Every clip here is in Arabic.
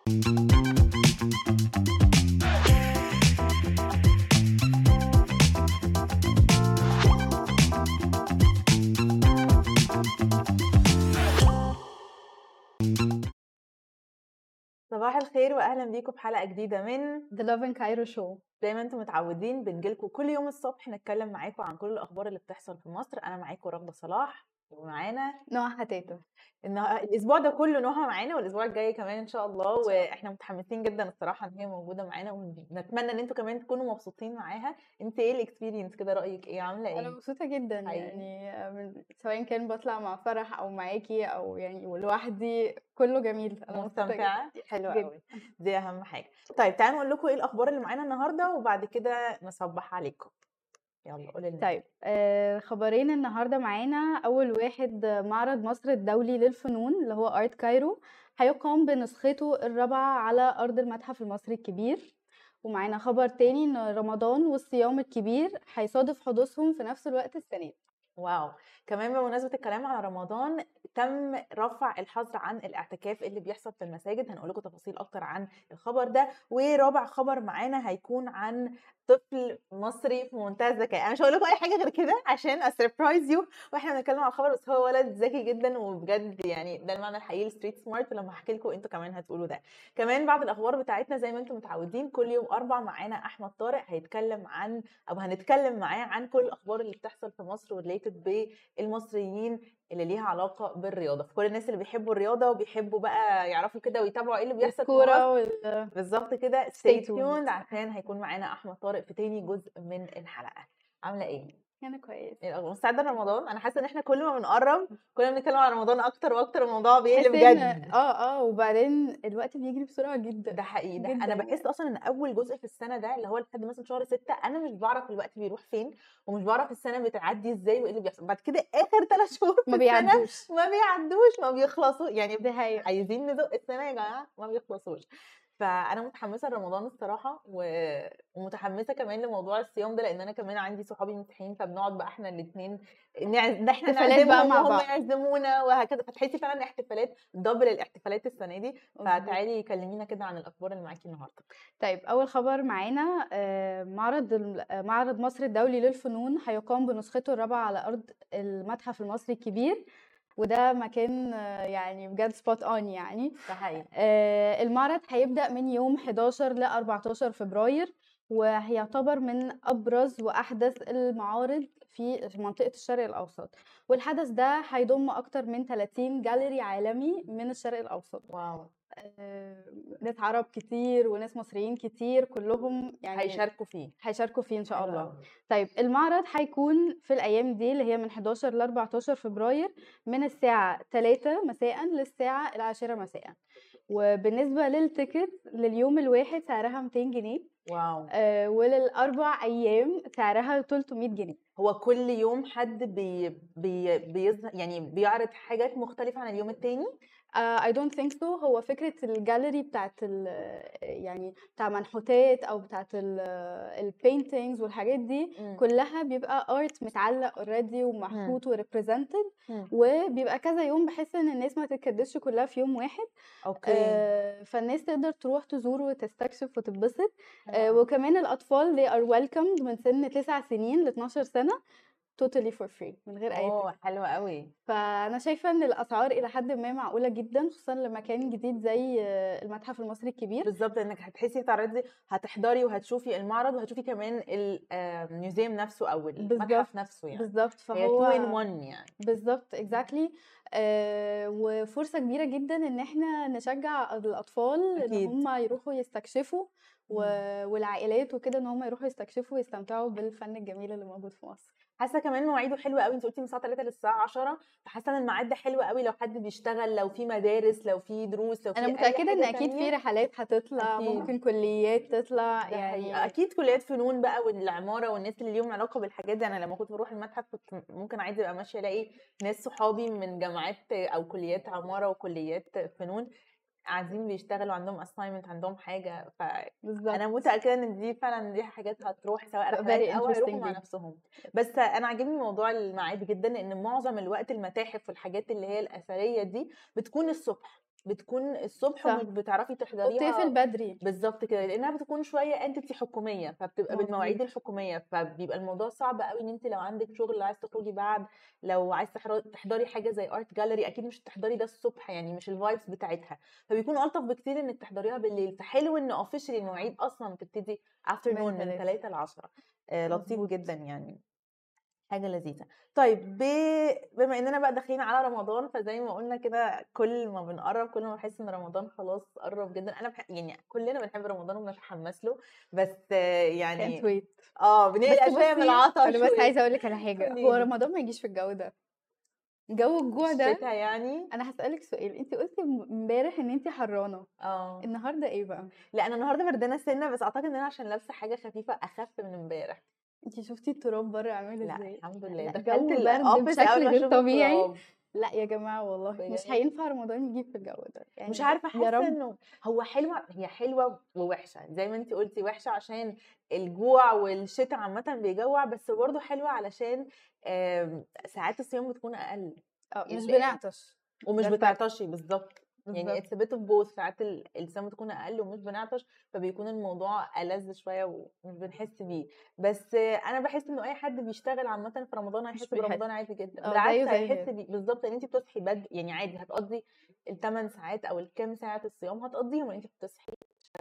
صباح الخير واهلا بيكم في حلقه جديده من The Love in Cairo Show. زي ما انتم متعودين بنجيلكم كل يوم الصبح نتكلم معاكم عن كل الاخبار اللي بتحصل في مصر. انا معاكم رغده صلاح ومعانا نوع حتاته الاسبوع ده كله نهى معانا، والاسبوع الجاي كمان ان شاء الله، إن شاء الله. واحنا متحمسين جدا الصراحه ان هي موجوده معانا، ونتمنى ان انتوا كمان تكونوا مبسوطين معاها. انت ايه الاكسبيرينس كده؟ رايك ايه؟ عامله أنا ايه؟ مبسوطة جدا حقيقي سواء كان بطلع مع فرح أو معاكي أو ولوحدي، كله جميل. أنا مبسوطة مستمتعه، حلوه جدا. قوي. دي اهم حاجه. طيب تعالوا نقول لكم ايه الاخبار اللي معانا النهارده وبعد كده نصبح عليكم. يلا قولي لنا. طيب خبرين النهاردة معانا. أول واحد، معرض مصر الدولي للفنون اللي هو آرت كايرو هيقام بنسخته الرابعة على أرض المتحف المصري الكبير. ومعانا خبر تاني إن رمضان والصيام الكبير هيصادف حدوثهم في نفس الوقت السنة دي. واو، كمان بمناسبة الكلام على رمضان تم رفع الحظر عن الاعتكاف اللي بيحصل في المساجد. هنقول لكم تفاصيل اكتر عن الخبر ده. ورابع خبر معانا هيكون عن طفل مصري في منتهى الذكاء. انا مش هقول لكم اي حاجه غير كده عشان اسربرايز يو واحنا بنتكلم على الخبر، بس هو ولد ذكي جدا وبجد يعني ده المعنى الحقيقي لستريت سمارت، ولما احكي لكم انتوا كمان هتقولوا ده. كمان بعض الاخبار بتاعتنا زي ما انتم متعودين كل يوم اربع معانا احمد طارق هيتكلم عن او هنتكلم معاه عن كل الاخبار اللي بتحصل في مصر وريليتد بالمصريين اللي ليها علاقه بالرياضه. فكل الناس اللي بيحبوا الرياضه وبيحبوا بقى يعرفوا كده ويتابعوا ايه اللي بيحصل في مصر الكورة بالظبط كده stay stay tuned. tuned عشان هيكون معانا احمد طارق في تاني جزء من الحلقه. عامله ايه؟ أنا كويس. إيه الأخبار؟ مستعده لرمضان؟ انا حاسه ان احنا كل ما بنقرب كل ما بنتكلم على رمضان اكتر واكتر الموضوع تحس بيقلب ان جد. وبعدين الوقت بيجري بسرعة جدا ده حقيقي، ده جدا انا بحس يعني. اصلا ان اول جزء في السنه ده اللي هو لحد مثلا شهر 6 انا مش بعرف الوقت بيروح فين، ومش بعرف السنه بتعدي ازاي وايه اللي بيحصل. بعد كده اخر 3 شهور في ما السنه بيعدوش. ما بيعدوش، ما بيخلصوا يعني. دي حقيقة. عايزين نزق السنه يا جماعه ما بيخلصوش. فانا متحمسه لرمضان الصراحه ومتحمسه كمان لموضوع الصيام ده، لان انا كمان عندي صحابي مسيحيين فبنقعد بقى احنا الاثنين ده احنا احتفالات بقى نعزمهم مع وهم بعض. يعزمونا وهكذا. فتحسي فعلا ان احتفالات دبل الاحتفالات السنه دي. مظبوط. فتعالي كلمينا كده عن الاخبار اللي معاكي النهارده. طيب أول خبر معانا، معرض مصر الدولي للفنون هيقام بنسخته الرابعة على أرض المتحف المصري الكبير. وده مكان يعني بجد سبوت اون يعني. ده حقيقي. المعرض هيبدأ من يوم 11 ل 14 فبراير، وهيعتبر من أبرز وأحدث المعارض في منطقة الشرق الأوسط. والحدث ده هيضم أكتر من 30 جاليري عالمي من الشرق الأوسط. واو. ناس عرب كتير وناس مصريين كتير كلهم يعني هيشاركوا فيه إن شاء حلو الله. قوي. طيب المعرض هيكون في الأيام دي اللي هي من 11 ل 14 فبراير من الساعة 3 مساء للساعة 10 مساء. وبالنسبة للتيكت لليوم الواحد سعرها 200 جنيه. واو. وللأربع أيام سعرها 300 جنيه. هو كل يوم حد بيظهر يعني بيعرض حاجات مختلفة عن اليوم التاني؟ I don't think so. هو فكرة الجاليري بتاعت يعني بتاع منحوتات أو بتاعت البينتينجز والحاجات دي كلها بيبقى ارت متعلق اوريدي ومحطوط وريبريزنتد، وبيبقى كذا يوم بحيث ان الناس ما تتكدسش كلها في يوم واحد. اوكي. فالناس تقدر تروح تزور وتستكشف وتتبسط. وكمان الأطفال they are welcomed من سن 9 سنين ل 12 سنة totally for free من غير أي تكلفة. حلوة قوي. فأنا شايفة إن الأسعار إلى حدٍ ما معقولة جدًا، خصوصًا لمكان جديد زي المتحف المصري الكبير. بالظبط، انك هتحسي تعرضي هتحضري وهتشوفي المعرض وهتشوفي كمان الميوزيوم نفسه او المتحف بالضبط، نفسه يعني. بالضبط. هي فهو 2 in 1 يعني. بالضبط exactly. وفرصة كبيرة جدًا إن إحنا نشجع الأطفال إن اكيد. هم يروحوا يستكشفوا، والعائلات وكده إن هم يروحوا يستكشفوا ويستمتعوا بالفن الجميل اللي موجود في مصر. حاسه كمان مواعيده حلوه قوي. انت قلتي من الساعه 3 للساعه 10، فحاسه ان الميعاد ده حلو قوي لو حد بيشتغل، لو في مدارس، لو في دروس، لو أنا في اي متأكدة إن حاجه أكيد في تانية. رحلات هتطلع، اكيد. ممكن كليات تطلع ده حقيقي. يعني. اكيد كليات فنون بقى والعماره والناس اللي ليهم علاقه بالحاجات دي. انا لما كنت بروح المتحف كنت ممكن عادي ابقى ماشيه الاقي ناس صحابي من جامعات او كليات عماره وكليات فنون قاعدين بيشتغلوا، عندهم assignment، عندهم حاجه. فانا بالضبط. متاكده ان دي فعلا دي حاجات هتروح سواء هتبقى رحلات very او هيروحوا interesting مع ليهم. نفسهم. بس انا عاجبني موضوع الميعاد جدا، لان معظم الوقت المتاحف والحاجات اللي هي الاثريه دي بتكون الصبح. بتكون الصبح صح، ومش بتعرفي وبتقفل تحضريها بدري. بالضبط كده، لإنها بتكون شوية entity حكومية، فبتبقى مضبوط. بالمواعيد الحكومية، فبيبقى الموضوع صعب أوي إن أنتِ لو عندِك شغل عايزة تخرجي بعد، لو عايزة تحضري حاجة زي art gallery أكيد مش هتحضري ده الصبح يعني مش الvibes بتاعتها، فبيكون ألطف بكتير إنِّك تحضريها بالليل، فحلو إن officially المواعيد أصلًا بتبتدي afternoon من من 3. 15:00 ل22:00 لطيف مضبوط. جدًا يعني. حاجة لذيذة. طيب بما إننا بقى داخلين على رمضان، فزي ما قُلنا كده كل ما بنقرّب كل ما باحس إن رمضان خلاص قرّب جدًا، أنا يعني كلنا بنحب رمضان وبنتحمس له، بس can't يعني wait. بس بنقلق شوية من بُصّي، العطش أنا بس عايزة أقول لِك على حاجة، قولي هو لي. رمضان ما يجيش في الجو ده، جو الجوع ده. الشتا يعني؟ أنا هاسألِك سؤال، أنتِ قُلتِ امبارح إن أنتِ حرّانة، آه. النهارده إيه بقى؟ لأ أنا النهارده بردانة سِنّة، بس أعتقد إن أنا عشان لابسة حاجة خفيفة أخف من امبارح. أنتِ شُفتِ التراب برّه عامل لأ إزاي؟ الحمد لأ، لله، لأ، دخلت جو برد الoffice بشكل أول ما غير أشوف طبيعي. التراب. لأ يا جماعة والله مش بجد. هينفع رمضان ييجي في الجو ده، مش يعني عارفة يا حاسة رب. إنه هو هي حلوة ووحشة، زي ما أنتِ قُلتِ وحشة عشان الجوع والشتا عامةً بيجوّع، بس برضه حلوة علشان ساعات الصيام بتكون أقل، مش ال بنعطش، ومش ده الفرق. بتعطشي بالضبط، يعني بالضبط. it's a bit of both ساعات الصيام بتكون أقل ومش بنعطش، فبيكون الموضوع ألذ شوية ومش بنحس بيه، بس أنا باحس إنه أي حد بيشتغل عامةً في رمضان مش هيحس بيحس. برمضان عادي جدًا، زيه بالعكس زي هيحس غيره. بيه بالضبط، لإن أنتِ بتصحي يعني عادي هتقضّي ال8 ساعات أو الكام ساعة الصيام هتقضّيهم، لإن أنتِ بتصحي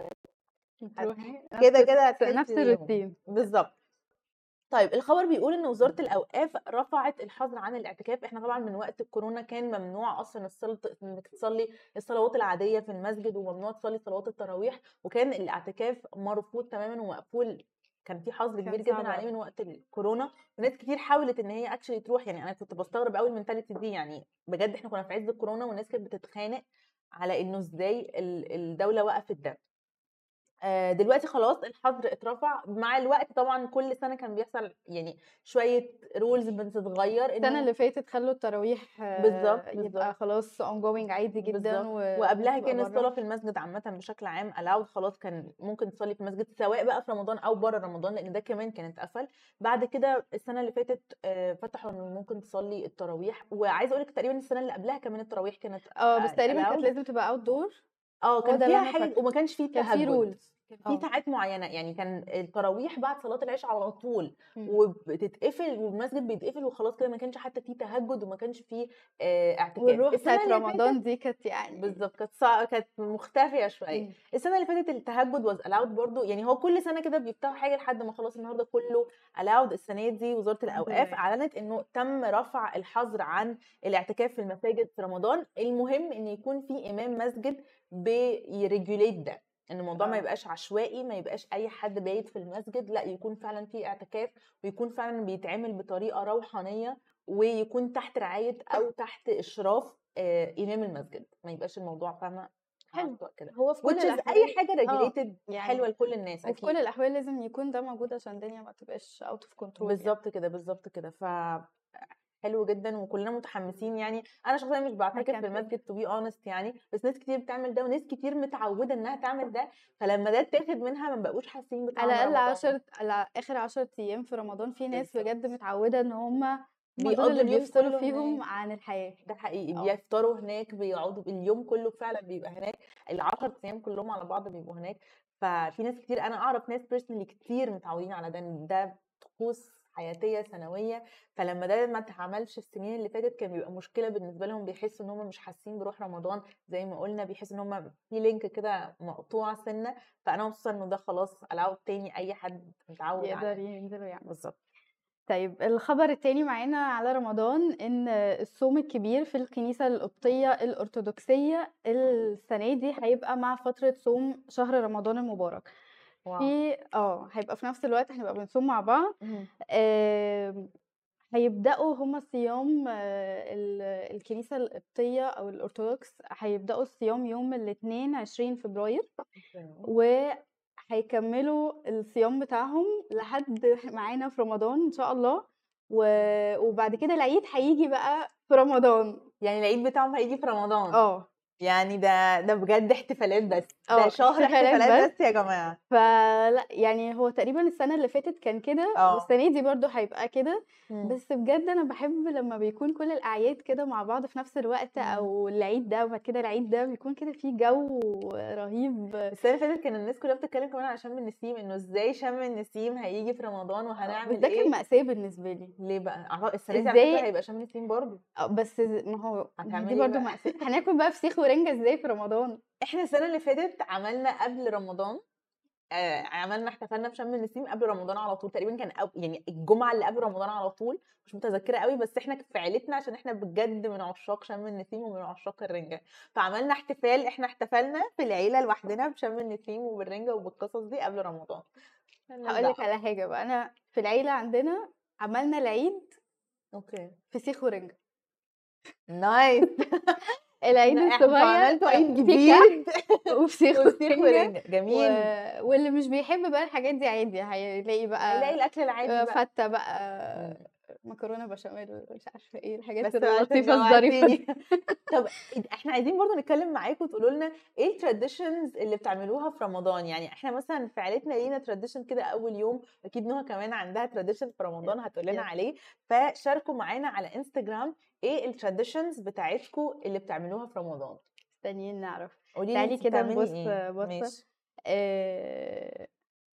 بتروحي كده، كده هتحسي نفس بيهم، الروتين. بالضبط. طيب الخبر بيقول إن وزارة الأوقاف رفعت الحظر عن الاعتكاف، إحنا طبعًا من وقت الكورونا كان ممنوع أصلًا إنِّك تصلّي الصلوات العادية في المسجد، وممنوع تصلّي صلوات التراويح، وكان الاعتكاف مرفوض تمامًا ومقفول، كان في حظر كان كبير صعب جدًا عليه أوي. من وقت الكورونا، وناس كتير حاولت إن هي actually تروح، يعني أنا كنت باستغرب أوي الmentality دي، يعني بجد إحنا كنا في عز الكورونا والناس كانت بتتخانق على إنه إزاي الدولة وقفت ده. دلوقتي خلاص الحظر اترفع، مع الوقت طبعًا كل سنة كان بيحصل يعني شوية rules بتتغيّر السنة إنه اللي فاتت خلّوا التراويح بالضبط، يبقى بالضبط، خلاص ongoing عادي جدًا، بالضبط، والناس وقبلها تبقى كان الصلاة برّه. في المسجد عامةً بشكل عام allowed خلاص كان ممكن تصلّي في المسجد سواء بقى في رمضان أو برّه رمضان، لإن ده كمان كان اتقفل، بعد كده السنة اللي فاتت فتحوا إنه ممكن تصلّي التراويح، وعايزة أقول لِك تقريبًا السنة اللي قبلها كمان التراويح كانت بس تقريبًا كانت allowed. لازم تبقى outdoor. كان هو ده اللي فيها أنا حاجة فاكرة. وما كانش في كان في تهجُّد، rules. كان في آه. ساعات معيّنة، يعني كان التراويح بعد صلاة العشا على طول، إمم. وبتتقفل والمسجد بيتقفل وخلاص كده، ما كانش حتى في تهجُّد وما كانش في اعتكاف. والروح السنة بتاعة اللي فاتت رمضان دي كانت يعني. بالضبط، كانت مختفية شوية. إمم. السنة اللي فاتت التهجُّد was allowed برضه، يعني هو كل سنة كده بيفتحوا حاجة لحد ما خلاص النهارده كله allowed. السنة دي وزارة الحمد الأوقاف لله. أعلنت إنه تم رفع الحظر عن الاعتكاف في المساجد في رمضان، المهم إن يكون في إمام مسجد بيregulate ده، إن الموضوع ما آه. يبقاش عشوائي، ما يبقاش أي حد بايت في المسجد، لأ يكون فعلًا في اعتكاف، ويكون فعلًا بيتعمل بطريقة روحانية، ويكون تحت رعاية أو تحت إشراف إمام المسجد، ما يبقاش الموضوع فاهمة حلو. عشوائي كده، هو في كل which is أي الأحوال. حاجة regulated حلوة يعني لكل الناس وفي كل أكيد. الأحوال لازم يكون ده موجود عشان الدنيا ما تبقاش out of control يعني. بالضبط كده، بالضبط كده. حلو جدًا وكلنا متحمسين يعني، أنا شخصيًا مش I باعتكف في can't wait. المسجد to be honest يعني، بس ناس كتير بتعمل ده وناس كتير متعودة إنها تعمل ده، فلمّا ده اتاخد منها ما بقوش حاسين على بطعم الأقل رمضان. على آخر 10 أيام في رمضان في ناس بجد بالضبط. متعودة إن هم دول بيقضّوا اللي اليوم بيفصلوا كله فيهم هناك. عن الحياة. ده حقيقي، آه. بيفطروا هناك، بيقعدوا اليوم كله فعلًا بيبقى هناك، ال10 أيام كلّهم على بعض بيبقوا هناك، ففي ناس كتير أنا أعرف ناس personally كتير متعودين على ده، إن ده طقوس حياتية سنوية، فلمّا ده ما اتعملش السنين اللي فاتت كان بيبقى مشكلة بالنسبة لهم، بيحسّوا إن هُم مش حاسين بروح رمضان زي ما قُلنا، بيحسّوا إن هُم في link كده مقطوع سِنّة، فأنا مبسوطة إنه ده خلاص allowed تاني أي حد متعوّد على يقدر ده. ينزل ويعمل. بالضبط. طيب الخبر التاني معانا على رمضان إن الصوم الكبير في الكنيسة القبطية الأرثوذكسية السنة دي هيبقى مع فترة صوم شهر رمضان المبارك. واو! هيبقى في نفس الوقت هنبقى بنصوم مع بعض. اهم. آمم هيبدأوا هم الصيام، الكنيسة القبطية أو الأرثوذكس هيبدأوا الصيام يوم الإتنين 20 فبراير، أوكي. وهيكمّلوا الصيام بتاعهم لحد معانا في رمضان إن شاء الله، وبعد كده العيد هييجي بقى في رمضان. يعني العيد بتاعهم هييجي في رمضان. آه. يعني ده بجد احتفالات بس، ده شهر احتفالات احتفالات بس يا جماعة. فلا يعني هو تقريبا السنة اللي فاتت كان كده والسنة دي برضو هيبقى كده. بس بجد انا بحب لما بيكون كل الاعياد كده مع بعض في نفس الوقت او العيد ده وبعد كده العيد ده بيكون كده فيه جو رهيب. السنة اللي فاتت كان الناس كلها بتتكلم كمان على شم النسيم، انه ازاي شم النسيم هيجي في رمضان بس وهنعمل ده كان ايه. مأساة بالنسبة لي. ليه بقى؟ السنة دي على فكرة ازاي هيبقى شم النسيم برضو. بس ما هو دي هتعملي ايه برضو بقى؟ مأساة. هناكل بقى فسيخ ورنجة ازاي في رمضان؟ احنا السنة اللي فاتت عملنا قبل رمضان، عملنا احتفلنا بشم النسيم قبل رمضان على طول تقريبا، كان يعني الجمعه اللي قبل رمضان على طول، مش متذكره قوي، بس احنا في عيلتنا عشان احنا بجد من عشاق شم النسيم ومن عشاق الرنجه، فعملنا احتفال، احنا احتفلنا في العيله لوحدنا بشم النسيم وبالرنجه وبالقصص دي قبل رمضان. هقول لك على حاجه بقى، انا في العيله عندنا عملنا العيد اوكي فسيخ ورنجه. نايس. العيد انتوا الصغير عملتوا عيد في جديد وفسيخ وفسيخ ورنجه ورنجه جميل. واللي مش بيحب بقى الحاجات دي عادي هيلاقي بقى هيلاقي الاكل العادي بقى، فته بقى مكرونه بشاميل مش عارفه ايه الحاجات بس اللطيفه الظريفه دي. طب احنا عايزين برضو نتكلم معاكم وتقولوا لنا ايه التراديشنز اللي بتعملوها في رمضان. يعني احنا مثلا في عيلتنا لينا تراديشن كده اول يوم، اكيد نهى كمان عندها تراديشن في رمضان هتقول لنا عليه، فشاركوا معانا على انستجرام ايه التراديشنز بتاعتكم اللي بتعملوها في رمضان. مستنيين نعرف. قولي لي تعالي انت كده بتعملي نبص ايه. بصه. ماشي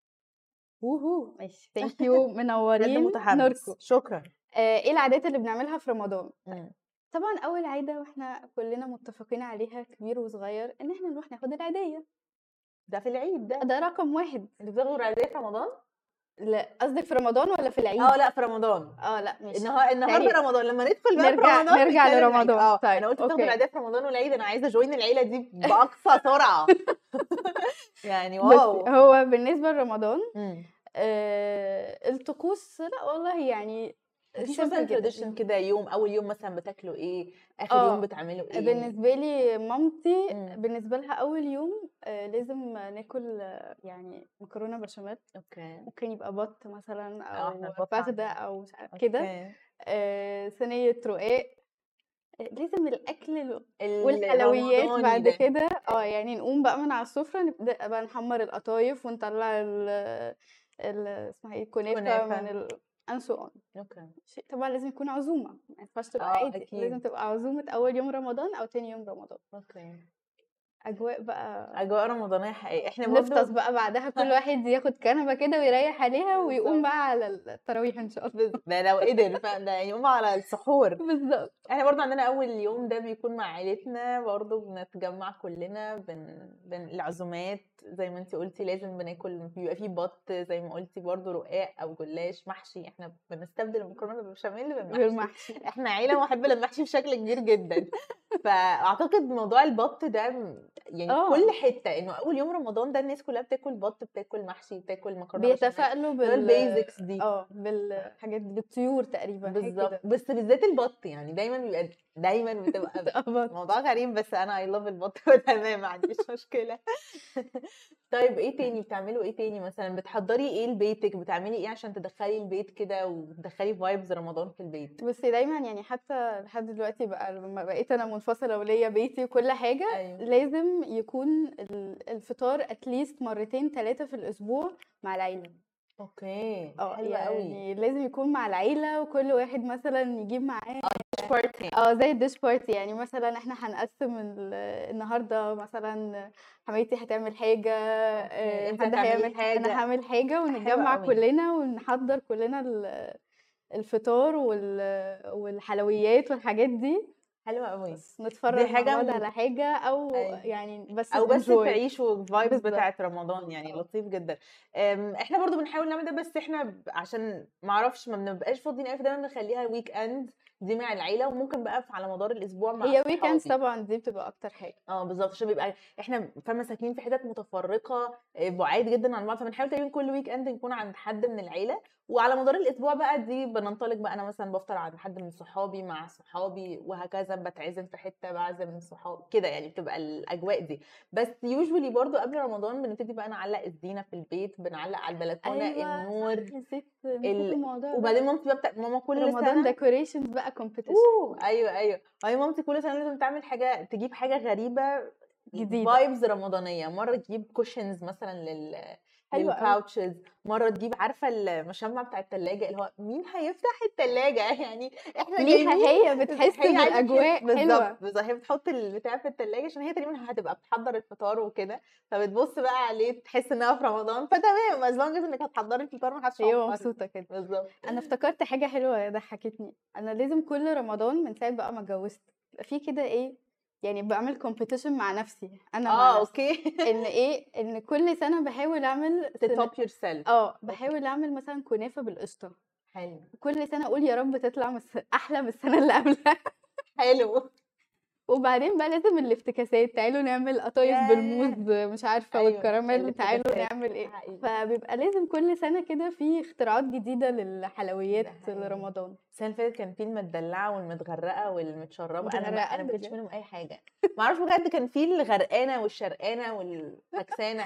ووهو ماشي ثانك يو بجد منورين متحمس، نوركم. شكرا. ايه العادات اللي بنعملها في رمضان؟ مم. طبعا اول عاده واحنا كلنا متفقين عليها كبير وصغير ان احنا نروح ناخد العيديه. ده في العيد ده رقم واحد. انتوا بتاخدوا العيدية في رمضان؟ لا قصدك في رمضان ولا في العيد؟ لا في رمضان. لا مش النهارده رمضان، لما ندخل بقى في رمضان نرجع نتكلم العيد. لرمضان. طيب انا قلت تاخدوا اوكي. العيدية في رمضان والعيد، انا عايزه اجوين العيله دي باقصى سرعه. يعني بس واو. هو بالنسبه لرمضان مم. الطقوس لا والله يعني مفيش simple مثلا جدا. تراديشن كده، يوم اول يوم مثلا بتاكلوا ايه، اخر يوم بتعملوا ايه؟ بالنسبه لي مامتي مم. بالنسبه لها اول يوم لازم ناكل يعني مكرونه بشاميل. اوكي. ممكن يبقى بط مثلا احنا او البط فخده عندنا. او مش عارف كده. اوكي. صينيه رقاق. لازم الاكل والحلويات الرمضاني بعد ده. كده يعني نقوم بقى من على السفره نبدا بقى نحمر القطايف ونطلع اسمها ايه الكنافه كنافه. and so on. اوكي. شيء طبعا لازم يكون عزومه ما ينفعش تبقى عادي، اكيد لازم تبقى عزومه اول يوم رمضان او تاني يوم رمضان. اوكي. اجواء بقى اجواء رمضانيه حقيقيه. احنا نفطس برضو بقى بعدها كل واحد ياخد كنبه كده ويريح عليها ويقوم بقى على التراويح ان شاء الله. ده لو قدر ده يقوم على السحور. بالظبط. احنا برضو عندنا اول يوم ده بيكون مع عيلتنا، برضو بنتجمع كلنا العزومات زي ما انتي قلتي لازم بناكل، بيبقى فيه بط زي ما قلتي برضو، رقاق او جلاش، محشي. احنا بنستبدل المكرونه بالبشاميل بالمحشي. احنا عيله محبه للمحشي بشكل كبير جدا. فاعتقد موضوع البط ده يعني في كل حته، انه اول يوم رمضان ده الناس كلها بتاكل بط، بتاكل محشي، بتاكل مكرونه بشاميل، بيتفائلوا البيزكس دي. بالحاجات دي بالطيور تقريبا بالظبط. بس بالذات البط يعني دايما بتبقى موضوع غريب، بس انا اي لاف البط تمام ما عنديش مشكله. طيب ايه تاني بتعملوا؟ ايه تاني مثلا بتحضري ايه لبيتك؟ بتعملي ايه عشان تدخلي البيت كده وتدخلي فايبز رمضان في البيت؟ بصي دايما يعني حتى لحد دلوقتي بقى لما بقيت انا منفصله وليا بيتي وكل حاجه أيوة. لازم يكون الفطار اتليست مرتين 3 في الاسبوع مع العيله. اوكي حلوه يعني قوي. لازم يكون مع العيله وكل واحد مثلا يجيب معاه بارتي. زي الديش بارتي. يعني مثلا احنا هنقسم النهارده مثلا حماتي هتعمل حاجه حد هيعمل حاجه انا هعمل حاجه ونتجمع كلنا ونحضر كلنا الفطار والحلويات والحاجات دي. حلوه قوي. بس نتفرج مع بعض على حاجه او يعني بس او بس enjoy. تعيشوا الفايبس بتاعت رمضان، يعني لطيف جدا. احنا برضو بنحاول نعمل ده، بس احنا عشان ما اعرفش ما بنبقاش فاضيين قوي، فدايما بنخليها ويك اند دي مع العيله، وممكن بقى على مدار الاسبوع مع هي ويك اند صحابي. طبعا دي بتبقى اكتر حاجه. بالظبط، عشان بيبقى احنا فاهمه ساكنين في حتت متفرقه بعاد جدا عن بعض، فبنحاول تقريبا كل ويك اند نكون عند حد من العيله، وعلى مدار الاسبوع بقى دي بننطلق بقى. انا مثلا بفطر عند حد من صحابي مع صحابي وهكذا، بتعزم في حته بعزم صحابي كده، يعني بتبقى الاجواء دي. بس يوجوالي برضو قبل رمضان بنبتدي بقى نعلق الزينه في البيت، بنعلق على البلكونه النور نسيت الموضوع وبعدين مامتي بقى ماما كل رمضان سنه ديكوريشنز بقى بقى competition ايوه هي مامتي كل سنه لازم تعمل حاجه، تجيب حاجه غريبه جديدة. فايبز رمضانيه. مره تجيب كوشنز مثلا حلوة أوي. للكاوتشز، مره تجيب عارفه المشمع بتاع التلاجة، اللي هو مين هيفتح التلاجة يعني احنا ليها جايبين. هي بتحس هي عايزه تحس بالأجواء حلوة. بالظبط هي بتحط البتاع في التلاجة عشان هي تقريبا هتبقى بتحضر الفطار وكده، فبتبص بقى عليه تحس انها في رمضان، فتمام از لونج انك هتحضري الفطار ما حدش هي هيعطلك. مبسوطة كده. بالظبط. أنا افتكرت حاجة حلوة ضحكتني. أنا لازم كل رمضان من ساعة بقى ما اتجوزت يبقى في كده إيه، يعني بعمل competition مع نفسي، أنا مع نفسي، اوكي. إن إيه، إن كل سنة باحاول أعمل تتوب يور سيلف. باحاول أعمل مثلًا كنافة بالقشطة، حلو كل سنة أقول يا رب تطلع أحلى من السنة اللي قبلها. حلو. وبعدين بقى لازم الافتكاسات، تعالوا نعمل قطايف ياه. بالموز مش عارفة ايوه والكراميل، تعالوا الافتكاسات نعمل إيه. حقيقي. فبيبقى لازم كل سنة كده في اختراعات جديدة ده للحلويات حقيقي. لرمضان. السنه اللي فاتت كان في المدلعه والمتغرقه والمتشربه، انا متغرقة ما كنتش بجد. منهم اي حاجه. ما اعرفش بجد، كان في الغرقانه والشرقانه والفكسانه،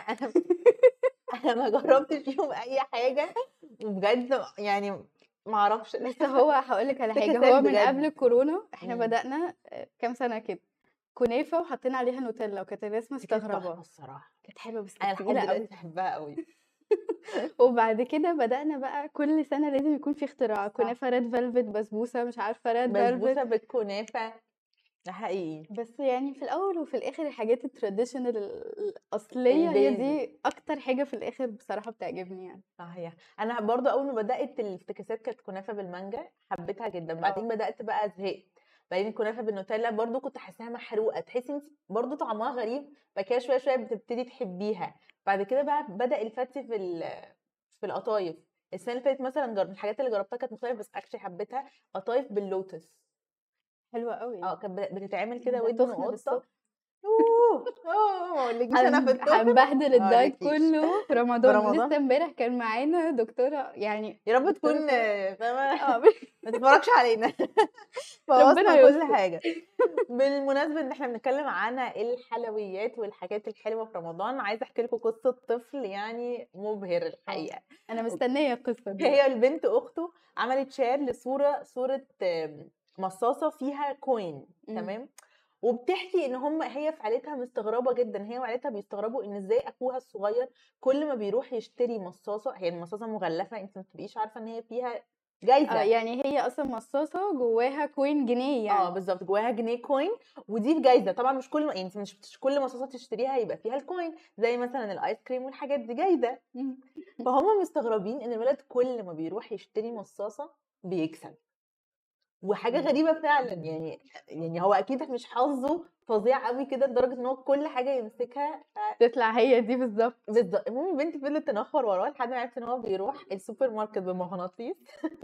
انا ما جربتش فيهم اي حاجه، وبجد يعني ما اعرفش. بس هو هاقول لك على حاجة، افتكاسات هو من قبل بجد. الكورونا إحنا امم بدأنا كام سنة كده كنافة وحطينا عليها نوتيلا، وكانت الناس دي كانت مستغربة. تحفه الصراحه. كانت حلوة بس انا كانت لحد تقيلة دلوقتي أوي. بحبها قوي. وبعد كده بدأنا بقى كل سنة لازم يكون في اختراع، صح. كنافة red velvet، بسبوسة مش عارفة red velvet. بسبوسه بالكنافه. ده حقيقي. بس يعني في الأول وفي الآخر الحاجات الtraditional الأصلية هي البيزك. دي أكتر حاجة في الآخر بصراحة بتعجبني يعني. صحيح. انا برضو اول ما بدات الافتكاسات كانت كنافه بالمانجا، حبيتها جدا. بعدين بدات بقى زهقت. بعدين الكنافه بالنوتيلا برضو كنت حاساها محروقه، تحسي انت برضو طعمها غريب، بعد كده شويه شويه بتبتدي تحبيها. بعد كده بقى بدا الفتي في القطايف. السنه اللي فاتت مثلا جرب الحاجات اللي جربتها كانت مختلفه، بس اكشلي حبيتها. قطايف باللوتس. حلوة قوي. كانت بتتعمل كده ده ودن تخن قطه. للصبح. ما اقولكيش انا في التخن. هنبهدل ما الدايت اقولكيش. كله في في رمضان. لسه رمضان امبارح كان معانا دكتورة، يعني يا رب دكتورة تكون سارة. فاهمه. اه ما تتفرجش علينا. ربنا بوظنا كل يستر. حاجة. بالمناسبة ان احنا بنتكلم عن الحلويات والحاجات الحلوة في رمضان، عايزة احكي لكم قصة طفل يعني مبهر الحقيقة. انا مستنية القصة دي بقى. هي البنت اخته عملت شير صورة مصاصة فيها كوين. مم. تمام. وبتحكي ان هي في عيلتها مستغربه جدا، هي وعيلتها بيستغربوا ان ازاي اخوها الصغير كل ما بيروح يشتري مصاصه، هي المصاصه مغلفه، انت ما بتبقيش عارفه ان هي فيها جايزه. يعني هي اصلا مصاصة جواها كوين جنيه يعني. بالظبط، جواها جنيه كوين، ودي بجايزه. طبعا مش كل يعني انت مش كل مصاصه تشتريها يبقى فيها الكوين، زي مثلا الايس كريم والحاجات دي جايزه. مم. فهم مستغربين ان الولد كل ما بيروح يشتري مصاصه بيكسب. وحاجه غريبه فعلا، يعني هو اكيد مش حظه فظيع قوي كده لدرجه ان هو كل حاجه يمسكها. تطلع هي دي بالظبط. بالظبط. المهم البنت فضلت تنخر وراه لحد ما عرفت ان هو بيروح السوبر ماركت بمغناطيس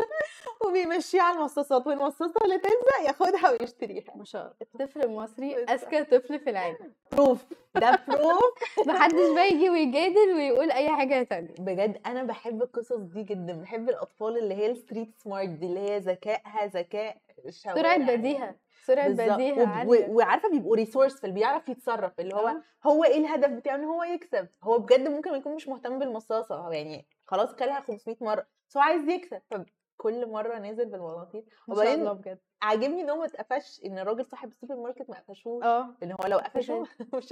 وبيمشيه على المصاصات، والمصاصه اللي تلزق ياخدها ويشتريها. ما شاء الله، الطفل المصري اذكى طفل في العالم. بروف. ده بروف. محدش بقى يجي ويجادل ويقول اي حاجة تانية. بجد انا بحب القصص دي جدا، بحب الاطفال اللي هي الستريت سمارت دي، اللي هي ذكاء سرعة الشوارع بديهة، يعني. سرعة بالظبط. بديهة عالية. وعارفه بيبقوا ريسورسفل، بيعرف يتصرف، اللي هو اه هو ايه الهدف بتاعه، ان هو يكسب. هو بجد ممكن يكون مش مهتم بالمصاصه، هو يعني خلاص كلها 500 مره، بس هو عايز يكسب، فكل مره نازل بالمغناطيس. ما شاء وبعدين الله بجد. عاجبني ان هو ما اتقفش، ان الراجل صاحب السوبر ماركت ما قفشوش، اه لان هو لو قفشه مش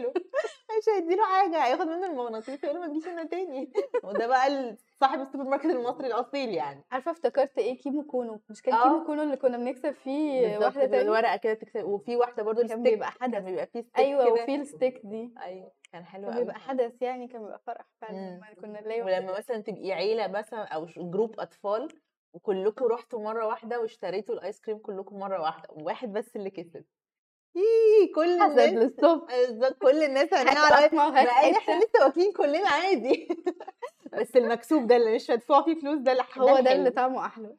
هيديله حاجه، هياخد منه المغناطيس ويقول له ما تجيش هنا تاني. وده بقى صاحب السوبر ماركت المصري الاصيل يعني. عارفة افتكرت ايه؟ كيمو كونو. مش كان كيمو اه كونو اللي كنا بنكسب فيه بالظبط، واحدة تاني؟ الورقه كده تكسب، وفي واحده برضو كان الستيك، بيبقى حدث. كان بيبقى فيه ستيك ايوه كده. وفي الستيك دي. ايوه كان حلو كان قوي بيبقى الحقيقه. حدث يعني، كان بيبقى فرح فعلا امم لما كنا نلاقي واحدة ولما تاني. مثلا تبقي عيله مثلا او جروب اطفال، وكلكم رحتوا مره واحده واشتريتوا الايس كريم كلكم مره واحده، وواحد بس اللي كسب، كل حسد الناس. للصبح. بالظبط، كل الناس هات عينيها على قطمة وهات مع ان احنا حتة. لسه واكلين كلنا عادي. بس المكسوب ده اللي مش مدفوع فيه فلوس، ده هو ده اللي الحلو. طعمه احلى.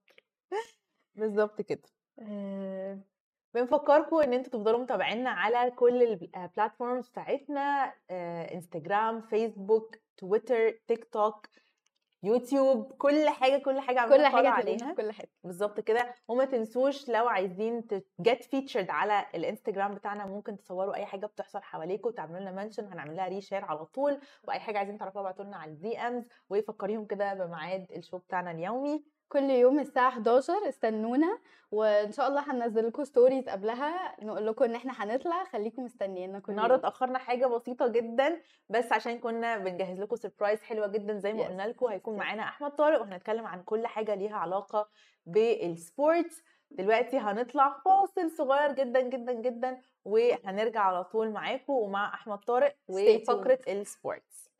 بالظبط كده. آه، بنفكركم ان انتوا تفضلوا متابعينا على كل البلاتفورمز بتاعتنا، انستجرام، فيسبوك، تويتر، تيك توك، يوتيوب، كل حاجه كل عاملين فولو حاجة هتلاقينا في عليها. كل حتة. بالظبط كده. وما تنسوش لو عايزين get featured على الانستجرام بتاعنا، ممكن تصوروا اي حاجه بتحصل حواليكم وتعملوا لنا منشن، هنعمل لها ريشير على طول. واي حاجه عايزين تعرفوها ابعتوا لنا على الدي امز، وفكريهم كده بميعاد الشو بتاعنا اليومي. كل يوم الساعة 11 استنونا، وإن شاء الله هننزل لكم ستوريز قبلها نقول لكم إن إحنا هنطلع، خليكم مستنيينا كل النهارده يوم. اتاخرنا حاجه بسيطه جدا، بس عشان كنا بنجهز لكم سربرايز حلوه جدا زي ما قلنا لكم. هيكون معانا احمد طارق وهنتكلم عن كل حاجه ليها علاقه بالسبورتس. دلوقتي هنطلع فاصل صغير جدا جدا جدا، وهنرجع على طول معاكم ومع احمد طارق Stay tuned. وفقره السبورتس.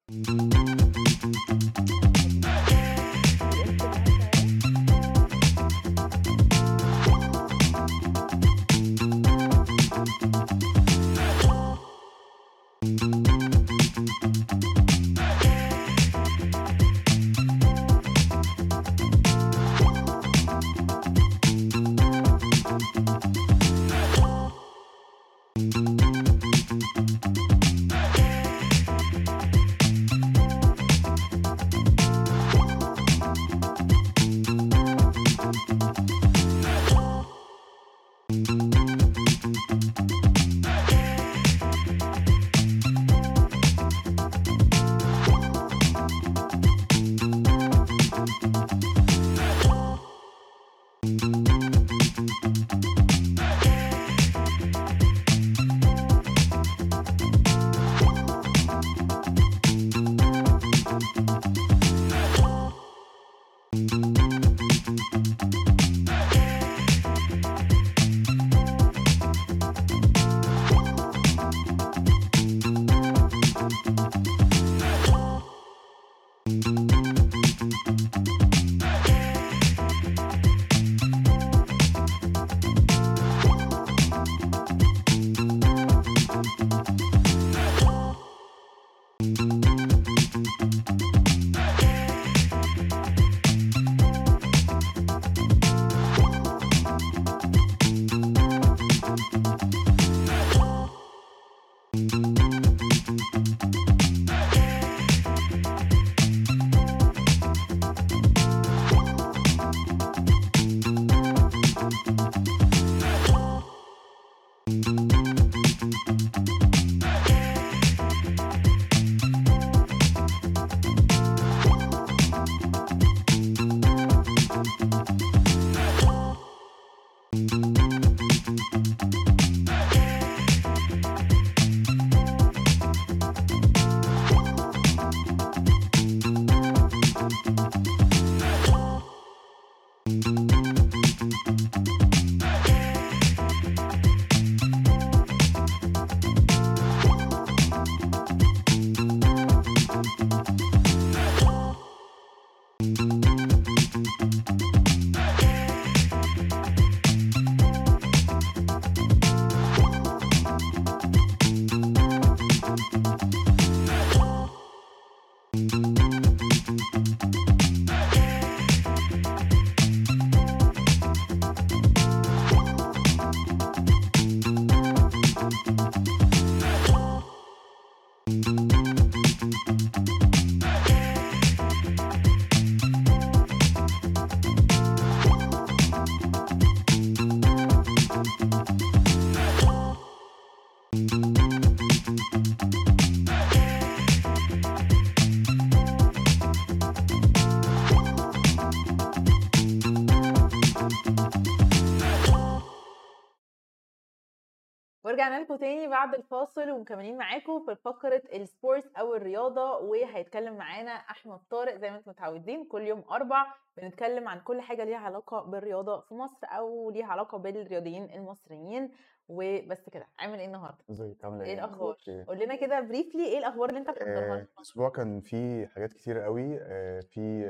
ورجعنا لكم تاني بعد الفاصل ومكملين معاكم في فقرة السبورتس أو الرياضة، وهيتكلم معانا أحمد طارق زي ما انتم متعودين كل يوم أربع بنتكلم عن كل حاجة ليها علاقة بالرياضة في مصر أو ليها علاقة بالرياضيين المصريين. وبس كده، عامل ايه النهارده؟ ازيك عامله ايه ايه؟ الأخبار؟ اوكي. قول لنا كده بريفلي ايه الأخبار اللي انت محضرها لنا؟ الاسبوع كان فيه حاجات كتير قوي، في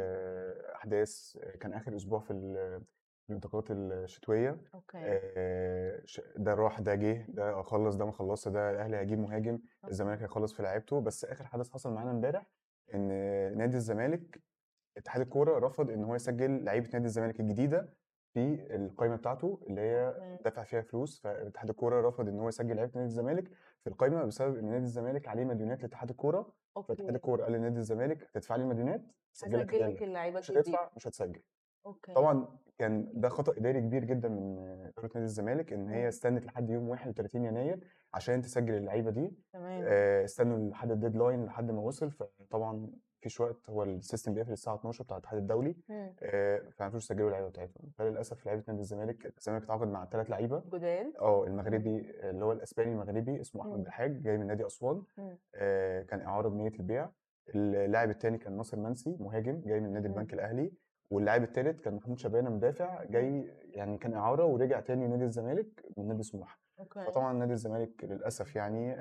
احداث. كان اخر اسبوع في الانتقالات الشتويه. اوكي. ده راح ده جه ده خلص ده ما خلصش، ده الاهلي هيجيب مهاجم، الزمالك هيخلص في لعيبته. بس اخر حدث حصل معانا امبارح ان نادي الزمالك، اتحاد الكوره رفض ان هو يسجل لعيبه نادي الزمالك الجديده في القائمه بتاعته اللي هي دافع فيها فلوس. فاتحاد الكوره رفض ان هو يسجل لعيبه نادي الزمالك في القائمه بسبب ان نادي الزمالك عليه مديونات لاتحاد الكوره. فاتحاد الكوره قال لنادي الزمالك هتدفع لي المديونات سجلك هسجل لك هتعمل، اللعيبة مش الجديدة. هتدفع مش هتسجل. اوكي. طبعا كان ده خطأ إداري كبير جدا من إدارة نادي الزمالك إن هي استنت لحد يوم 31 يناير عشان تسجل اللعيبه دي. تمام. استنوا لحد الديدلاين لحد ما وصل، فطبعا مفيش وقت، هو السيستم بيقفل الساعه 12 بتاع الاتحاد الدولي، مم. فما عرفوش يسجلوا اللعيبه بتاعتهم. فللاسف لعيبه نادي الزمالك اتعاقد مع 3 لعيبه. جداد. المغربي اللي هو الاسباني المغربي اسمه احمد مم. بحاج جاي من نادي اسوان، مم. كان اعاره بنيه البيع. اللاعب الثاني كان ناصر منسي مهاجم جاي من نادي مم. البنك الاهلي. واللاعب الثالث كان محمود شبانه مدافع مم. جاي، يعني كان اعاره ورجع تاني نادي الزمالك من نادي سموحه. اوكي. فطبعا نادي الزمالك للاسف يعني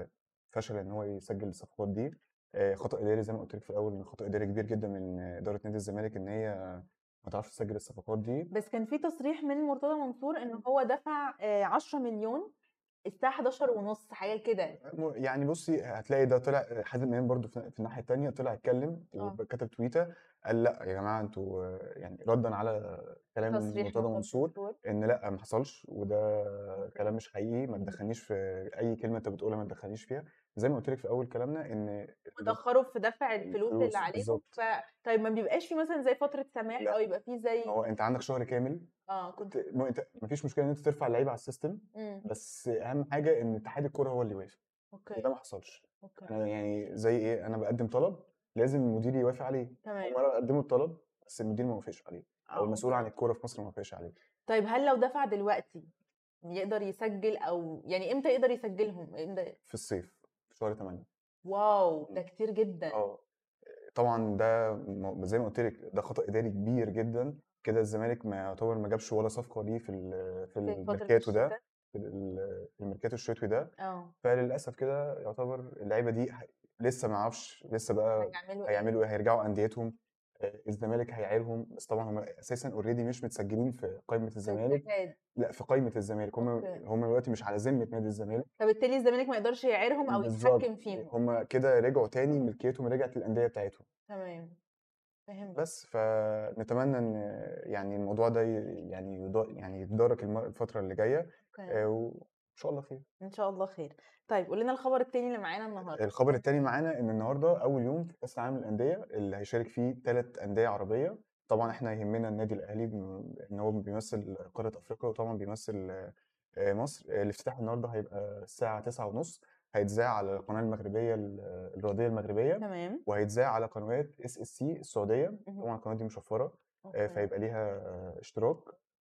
فشل ان هو يسجل الصفقات دي. خطا اداري زي ما قلت لك في الاول، ان خطا اداري كبير جدا من اداره نادي الزمالك ان هي ما تعرفش تسجل الصفقات دي. بس كان في تصريح من مرتضى منصور ان هو دفع 10 مليون الساعه 11 ونص حاجه كده. يعني بصي هتلاقي ده طلع حازم امام برضو في الناحيه الثانيه طلع اتكلم اه وكتب تويته، قال لا يا جماعه انتوا يعني ردا على كلام تصريح مرتضى منصور منصور. ان لا ما حصلش، وده اوكي. كلام مش حقيقي، ما مم. تدخلنيش في اي كلمه انت بتقولها، ما تدخلنيش فيها. زي ما قلت لك في اول كلامنا ان اتاخروا في دفع الفلوس اللي الفلوس عليهم بالظبط. طيب ما بيبقاش في مثلا زي فتره سماح او لا يبقى في زي هو انت عندك شهر كامل، كنت. انت مفيش مشكله ان انت ترفع اللعيبه على السيستم، مم. بس اهم حاجه ان اتحاد الكوره هو اللي يوافق، وده اوكي. ما حصلش. اوكي. انا يعني زي ايه، انا بقدم طلب لازم المدير يوافق عليه. تمام. هم قدموا الطلب بس المدير ما وافقش عليه، او المسؤول اوكي. عن الكوره في مصر ما وافقش عليه. طيب هل لو دفع دلوقتي يقدر يسجل، او يعني امتى يقدر يسجلهم في الصيف في شهر 8. واو ده كتير جدا. اه طبعا ده زي ما قلت لك ده خطأ اداري كبير جدا. كده الزمالك ما يعتبر ما جابش ولا صفقه ليه في في فتره الميركاتو ده، الشتاء. في الميركاتو الشتوي ده. اه فللاسف كده يعتبر اللعيبه دي لسه ما اعرفش لسه بقى هيعملوا ايه؟ هيعملوا ايه، هيرجعوا انديتهم. الزمالك هيعيرهم، بس طبعا هم اساسا اوريدي مش متسجلين في قائمه في الزمالك. الاتحاد. لا في قائمه الزمالك، هم اوكي. هم دلوقتي مش على ذمه نادي الزمالك. فبالتالي الزمالك ما يقدرش يعيرهم او بالظبط، يتحكم فيهم. هم كده رجعوا تاني ملكيتهم رجعت للانديه بتاعتهم. تمام. فهمت. بس فنتمنى ان يعني الموضوع ده يعني يعني يتدارك الفتره اللي جايه، اوكي. وان شاء الله خير. ان شاء الله خير. طيب قول لنا الخبر التاني اللي معانا النهارده. الخبر التاني معانا ان النهارده اول يوم في كاس العالم للانديه اللي هيشارك فيه 3 انديه عربيه. طبعا احنا يهمنا النادي الاهلي ان هو بيمثل قاره افريقيا، وطبعا بيمثل مصر. الافتتاح النهارده هيبقى الساعه 9:30، هيتذاع على القناه المغربيه الرياضيه المغربيه، تمام. وهيتذاع على قنوات SSC السعوديه. مهم. طبعا القناه دي مشفره، اوكي. فيبقى ليها اشتراك.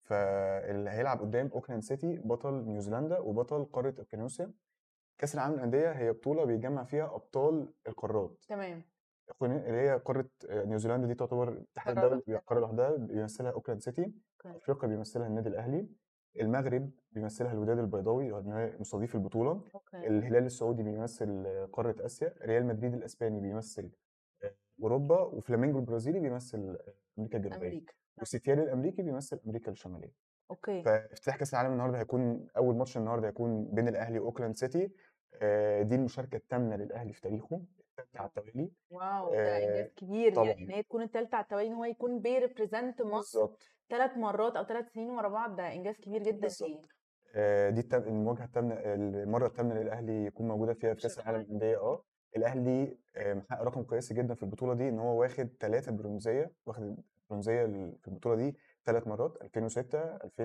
فاللي هيلعب قدام اوكلاند سيتي بطل نيوزيلندا وبطل قاره اوكيانوسيا. كأس العالم للأندية هي بطولة بيجمع فيها أبطال القارات، تمام. اللي هي قارة نيوزيلندا دي تعتبر الاتحاد قرار الدولي لوحدها. قارة لوحدها بيمثلها أوكلاند سيتي. اوكي. أفريقيا بيمثلها النادي الأهلي. المغرب بيمثلها الوداد البيضاوي وهو مستضيف البطولة. اوكي. الهلال السعودي بيمثل قارة آسيا. ريال مدريد الإسباني بيمثل أوروبا. وفلامينجو البرازيلي بيمثل أمريكا الجنوبية. امريكا. وسيتيال الأمريكي بيمثل أمريكا الشمالية. اوكي. فافتتاح كاس العالم النهارده هيكون اول ماتش النهارده هيكون بين الاهلي واوكلاند سيتي. دي المشاركه الثامنه للاهلي في تاريخه، الثالثه على التوالي. واو ده انجاز كبير، يعني ان طبعا هي تكون التالتة على التوالي، ان هو يكون بيريبريزنت مصر بالظبط 3 مرات او 3 سنين ورا بعض، ده انجاز كبير جدا ليه. بالظبط. دي المواجهه الثامنه، المره الثامنه للاهلي يكون موجوده فيها في كاس العالم للانديه. الاهلي محقق رقم كويس جدا في البطوله دي، ان هو واخد 3 برونزيه، واخد برونزيه في البطوله دي 3 مرات: 2006،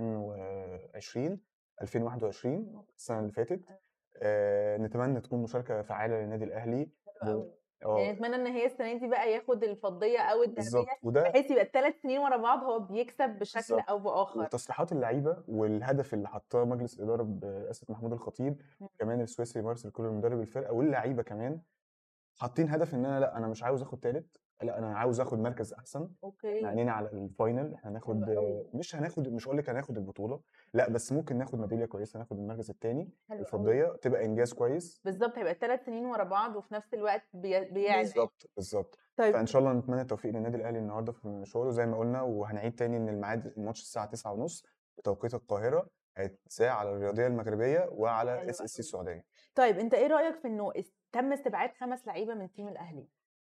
2020، 2021 السنه اللي فاتت. نتمنى تكون مشاركه فعاله للنادي الاهلي. حلو قوي. يعني اه اتمنى ان هي السنه دي بقى ياخد الفضيه او الذهبيه، بالظبط، وده بحيث يبقى ال3 سنين ورا بعض هو بيكسب بشكل بالظبط. او باخر. وتصريحات اللعيبه والهدف اللي حطاه مجلس الاداره برئاسه محمود الخطيب، مم. كمان السويسري مارسيل كولر مدرب الفرقه، واللعيبه كمان حاطين هدف ان انا لا انا مش عاوز اخد تالت، لا انا عاوز اخد مركز احسن. احنا اوكي. عينينا على الفاينل، احنا حلو هناخد قوي. مش هقول لك هناخد البطوله، لا بس ممكن ناخد ميداليه كويسه، ناخد المركز الثاني، حلو قوي. الفضيه تبقى انجاز كويس. بالظبط، هيبقى ال3 سنين ورا بعض وفي نفس الوقت بيعلى. بالظبط. طيب. فان شاء الله نتمنى التوفيق للنادي الاهلي النهارده في مشواره زي ما قلنا، وهنعيد تاني ان الماتش الساعه 9:30 بتوقيت القاهره، هيتذاع على الرياضيه المغربيه وعلى حلو SSC قوي. السعوديه. طيب انت ايه رايك في انه تم استبعاد 5 لعيبه من تيم الاهلي؟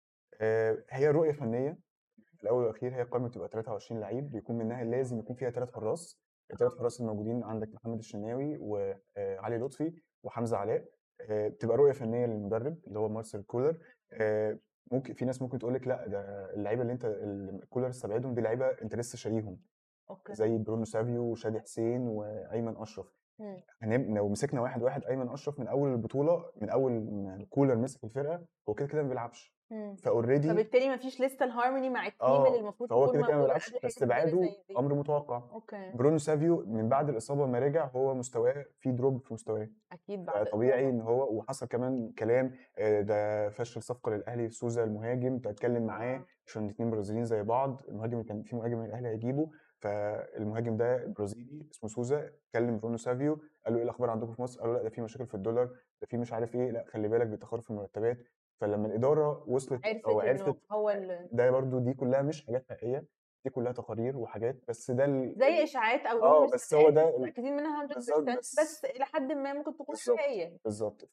هي رؤيه فنيه في الاول والاخير، هي قائمه بتبقى 23 لعيب، بيكون منها لازم يكون فيها 3 حراس. الثلاث حراس الموجودين عندك محمد الشناوي وعلي لطفي وحمزه علاء. بتبقى رؤيه فنيه للمدرب اللي هو مارسيل كولر. ممكن في ناس ممكن تقول لك لا ده اللعيبه اللي كولر استبعدهم دي لعيبه انت لسه شاريهم، اوكي. زي برونو سافيو وشادي حسين وايمن اشرف. لو مسكنا واحد واحد ايمن اشرف من اول البطوله، من اول ما كولر مسك الفرقه هو كده كده ما بيلعبش، فاوريدي فبالتالي مفيش لسه الهارموني مع التيم اللي المفروض فهو تكون كده كده ما موجوده بيلعبش، قبل حاجه فاستبعاده كبيره زي دي. امر متوقع. اوكي. برونو سافيو من بعد الاصابه ما رجع هو مستواه في دروب في مستواه، اكيد بعد طبيعي اصابه. ان هو، وحصل كمان كلام ده فشل صفقه للاهلي سوزا المهاجم، تتكلم معاه عشان الاثنين برازيليين زي بعض، المهاجم اللي كان في مهاجم من الاهلي هيجيبه، فالمهاجم ده برازيلي اسمه سوزا، كلم برونو سافيو قال له ايه الاخبار عندكم في مصر، قالوا لا ده في مشاكل في الدولار، ده في مش عارف ايه، لا خلي بالك بيتاخروا في المرتبات. فلما الاداره وصلت او عرفت انه عرفت هو اللي ده برضو، دي كلها مش حاجات حقيقيه، دي كلها تقارير وحاجات، بس ده زي اشاعات او رومرز بس هو ده مش متاكدين منها 100%، بالظبط، بس الى حد ما ممكن تكون حقيقيه. بالظبط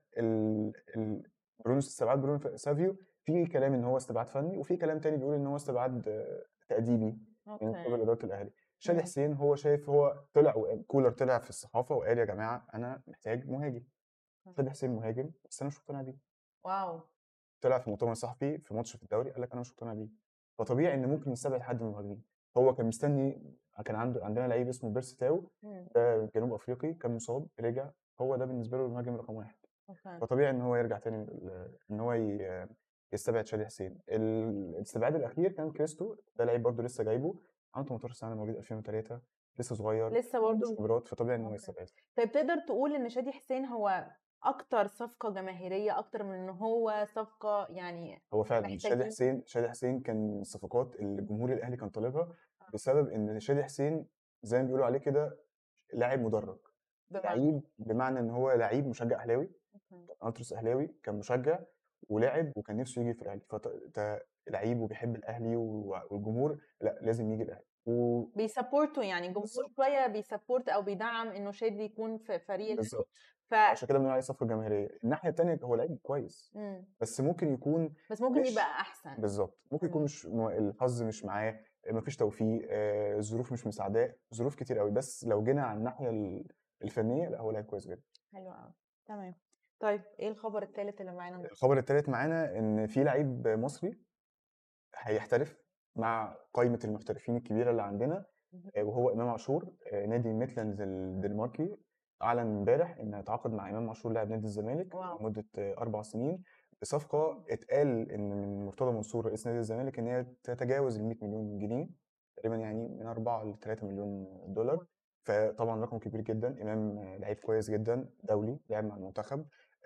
برونو استبعاد برونو سافيو، في كلام ان هو استبعاد فني، وفي كلام تاني بيقول ان هو استبعاد تأديبي من قبل اوكي. اداره الاهلي. شادي حسين هو شايف، هو طلع كولر طلع في الصحافه وقال يا جماعه انا محتاج مهاجم، شادي حسين مهاجم بس انا مش مقتنع بيه. واو. طلع في مؤتمر صحفي في ماتش في الدوري قال لك انا مش مقتنع بيه، فطبيعي ان ممكن يستبعد حد من المهاجمين. هو كان مستني، كان عندنا لعيب اسمه بيرسي تاو، ده جنوب افريقي كان مصاب رجع، هو ده بالنسبه له المهاجم رقم واحد، فطبيعي ان هو يرجع تاني ان هو يستبعد شادي حسين. الاستبعاد الاخير كان كريستو، ده لعيب برضه لسه جايبه، عنده 18 سنه، مواليد 2003، لسه صغير، لسه ما عندوش برضه. خبرات، فطبيعي ان هو يستبعد. طيب تقدر تقول ان شادي حسين هو اكتر صفقه جماهيريه اكتر من ان هو صفقه يعني هو فعلا محتاجين؟ شادي حسين كان من الصفقات اللي جمهور الاهلي كان طالبها، بسبب ان شادي حسين زي ما بيقولوا عليه كده لاعب مدرج، بمعنى. لعيب بمعنى ان هو لعيب مشجع اهلاوي، انترس اهلاوي، كان مشجع ولعب وكان نفسه يجي في الاهلي، فانت لعيب وبيحب الاهلي والجمهور لا لازم يجي الاهلي بيسبورتوا يعني الجمهور بالظبط شويه بيسبورت او بيدعم انه شادي يكون في فريق الاهلي. بالظبط ف عشان كده بنقول عليه صفقه جماهيريه. الناحيه التانيه هو لعيب كويس، بس ممكن يكون بس ممكن مش يبقى احسن. بالظبط، ممكن يكون مش الحظ مش معاه، مفيش توفيق، الظروف مش مساعداه، ظروف كتير قوي، بس لو جينا على الناحيه الفنيه لا هو لعيب كويس جدا. حلو قوي. تمام. طيب ايه الخبر الثالث اللي معانا النهارده؟ الخبر الثالث معانا ان في لعيب مصري هيحترف مع قائمه المحترفين الكبيره اللي عندنا، وهو امام عاشور. نادي ميتلاندز الدنماركي اعلن امبارح انه هيتعاقد مع امام عاشور لاعب نادي الزمالك لمده 4 سنين بصفقه اتقال ان من مرتضى منصور رئيس نادي الزمالك ان هي تتجاوز ال 100 مليون جنيه تقريبا، يعني من 4 ل 3 مليون دولار. فطبعا رقم كبير جدا. امام لعيب كويس جدا دولي، لعب مع المنتخب،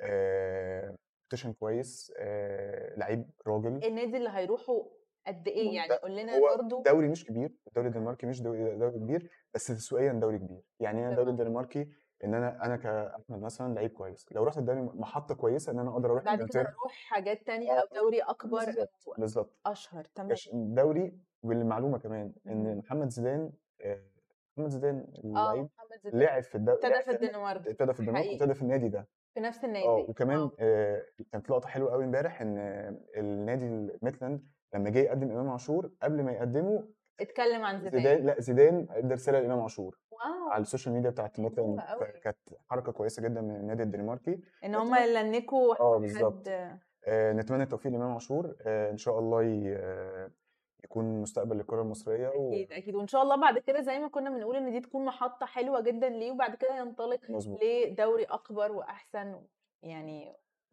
روتيشن كويس، لعيب راجل. النادي اللي هيروحوا قد ايه يعني؟ قول لنا هو برضو. دوري مش كبير، الدوري الدنماركي مش دوري كبير، بس تسويقيا دوري كبير. يعني انا الدوري الدنماركي ان انا كاحمد مثلا لعيب كويس، لو رحت الدوري محطه كويسه ان انا اقدر اروح بعد كده انجلترا، نروح حاجات تانية او دوري اكبر او بالظبط اشهر. تمام. دوري. والمعلومه كمان ان محمد زيدان، محمد زيدان اللعيب محمد زيدان لعب في ابتدى في الدنمارك. ابتدى في الدنمارك حقيقي. وابتدى في النادي ده. في نفس النادي. وكمان كانت لقطه حلوه قوي امبارح ان النادي ميتلاند لما جه يقدم امام عاشور، قبل ما يقدمه اتكلم عن زيدان، لا زيدان ادى رساله لامام عاشور واو. على السوشيال ميديا بتاعت حلوة ميتلاند، قوي فكانت حركه كويسه جدا من النادي الدنماركي. ان هم يلنكوا بالظبط. حد. نتمنى التوفيق لامام عاشور، ان شاء الله يكون مستقبل للكره المصريه اكيد اكيد، وان شاء الله بعد كده زي ما كنا بنقول ان دي تكون محطه حلوه جدا ليه، وبعد كده ينطلق مظبوط لدوري اكبر واحسن يعني.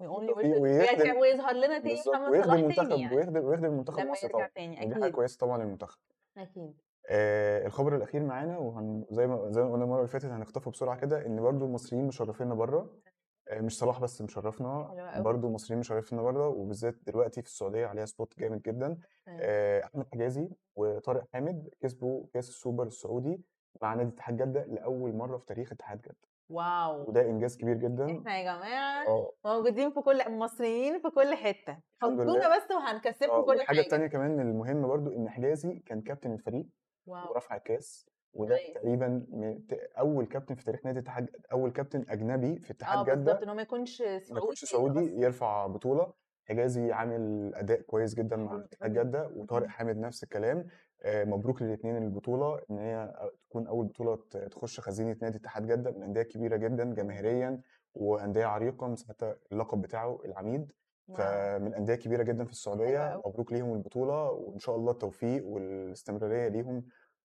ويظهر لنا تاني بالظبط، محمد صلاح ويخدم تاني منتخب يعني ويخدم منتخب لما مصر يرجع طبعا، تاني. ودي حاجه اكيد كويسه طبعا للمنتخب. اكيد. الخبر الاخير معانا، زي ما قلنا المره اللي فاتت هنخطفه بسرعه كده، ان برضو المصريين مشرفيننا بره، مش صلاح بس مشرفنا، حلوة قوي. برضو المصريين مشرفيننا بره، وبالذات دلوقتي في السعوديه عليها سبوت جامد جدا. احمد حجازي وطارق حامد كسبوا كاس السوبر السعودي مع نادي اتحاد جده لاول مره في تاريخ اتحاد جده، واو. وده انجاز كبير جدا. احنا يا جماعه موجودين في كل مصريين في كل حته، الحمد حطونا لله. بس وهنكسبكم كل والحاجه حاجه. التانيه كمان المهمه برضو ان حجازي كان كابتن الفريق واو. ورفع الكاس، وده نايس. تقريبا اول كابتن في تاريخ نادي اتحاد، اول كابتن اجنبي في اتحاد بالظبط، جده ان هو ما يكونش ما يكونش سعودي سعودي اصلا. يرفع بطوله. حجازي عامل اداء كويس جدا مع حلو اتحاد قوي. جده، وطارق حامد نفس الكلام. مبروك للاثنين البطوله، ان هي تكون اول بطوله تخش خزينه نادي اتحاد جده من انديه كبيره جدا جماهيريا وانديه عريقه، مساحتها اللقب بتاعه العميد، فمن انديه كبيره جدا في السعوديه. مبروك ليهم البطوله، وان شاء الله التوفيق والاستمراريه ليهم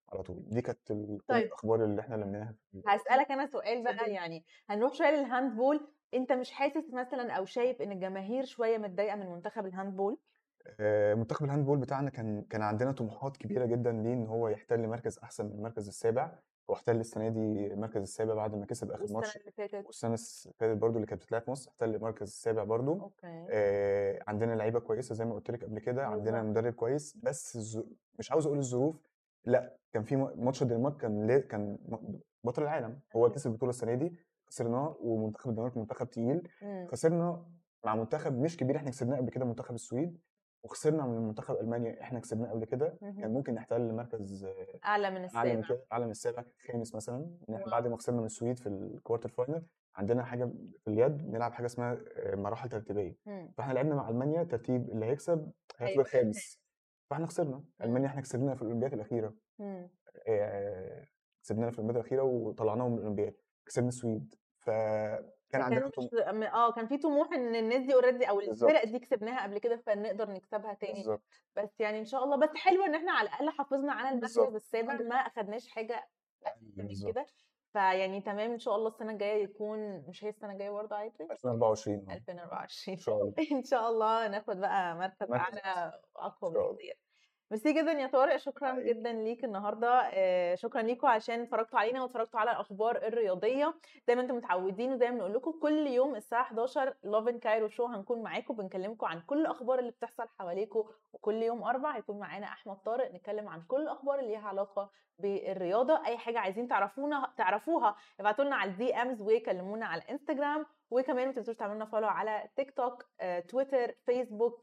على طول. دي كانت كل طيب الاخبار اللي احنا لميناها هسألك انا سؤال بقى، يعني هنروح شويه للهاندبول. انت مش حاسس مثلا او شايف ان الجماهير شويه متضايقه من منتخب الهاندبول؟ منتخب الهاندبول بتاعنا كان عندنا طموحات كبيره جدا ليه ان هو يحتل مركز احسن من المركز السابع. هو احتل السنه دي المركز السابع بعد ما كسب اخر والسنه ماتش، اللي فاتت؟ والسنه اللي فاتت برضو اللي كانت بتلعب في مصر احتل المركز السابع برضو. اوكي. عندنا لعيبه كويسه زي ما قلت لك قبل كده، عندنا بالظبط. مدرب كويس، بس مش عاوز اقول الظروف، لا كان في ماتش الدنمارك كان بطل العالم، هو كسب البطوله السنه دي، خسرناه، ومنتخب الدنمارك منتخب تقيل. مم. خسرنا مع منتخب مش كبير، احنا كسبناه قبل كده منتخب السويد، وخسرنا من منتخب المانيا احنا كسبناه قبل كده. كان مهم. ممكن نحتل مركز اعلى من اعلى من السابع. كده، اعلى من السابع، الخامس مثلا. ان احنا بعد واو. ما خسرنا من السويد في الكوارتر فاينل، عندنا حاجه في اليد نلعب حاجه اسمها مراحل ترتيبيه، مم. فاحنا لعبنا مع المانيا ترتيب اللي هيكسب هياخد هيبقى الخامس، فاحنا خسرنا. مم. المانيا احنا كسبناها في الاولمبياد الاخيره، مم. كسبنانا في الاولمبياد الاخيره وطلعناهم من الاولمبياد، كسبنا السويد، فكان فكان عندنا مش كان في طموح ان الناس دي اوريدي او الفرق بالظبط دي كسبناها قبل كده فنقدر نكسبها تاني. بالظبط بس يعني ان شاء الله، بس حلو ان احنا على الاقل حافظنا على المركز بالظبط السابع، ما اخدناش حاجه احسن من بالظبط كده. فيعني تمام، ان شاء الله السنه الجايه يكون، مش هي السنه الجايه برضه عادي 2024 ان 2024 شاء الله ان شاء الله ناخد بقى مركز مركز احسن اعلى واقوى ان شاء الله. بكتير. ميرسي جدا يا طارق، شكرا حقيقي. جدا ليك النهارده. شكرا ليكم عشان اتفرجتوا علينا واتفرجتوا على الاخبار الرياضيه. زي ما انتم متعودين وزي ما بنقول لكم كل يوم الساعه 11 لوفن كايرو شو هنكون معاكم بنكلمكم عن كل الاخبار اللي بتحصل حواليكم. وكل يوم اربع هيكون معانا احمد طارق نتكلم عن كل الاخبار اللي ليها علاقه بالرياضه. اي حاجه عايزين تعرفوها ابعتوا لنا على الدي امز وكلمونا على انستجرام. وكمان ما تنسوش تعملوا لنا فولو على تيك توك، تويتر، فيسبوك،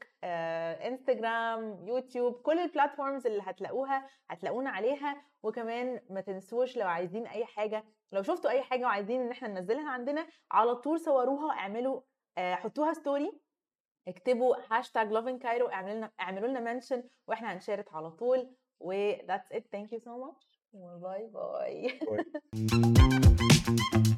انستجرام، يوتيوب، كل البلاتفورمز اللي هتلاقونا عليها. وكمان ما تنسوش لو عايزين اي حاجه، لو شفتوا اي حاجه وعايزين ان احنا ننزلها عندنا على طول صوروها، اعملوا حطوها ستوري، اكتبوا هاشتاج لوفين كايرو، اعملوا لنا منشن واحنا هنشارك على طول. و that's it. Thank you so much. باي باي.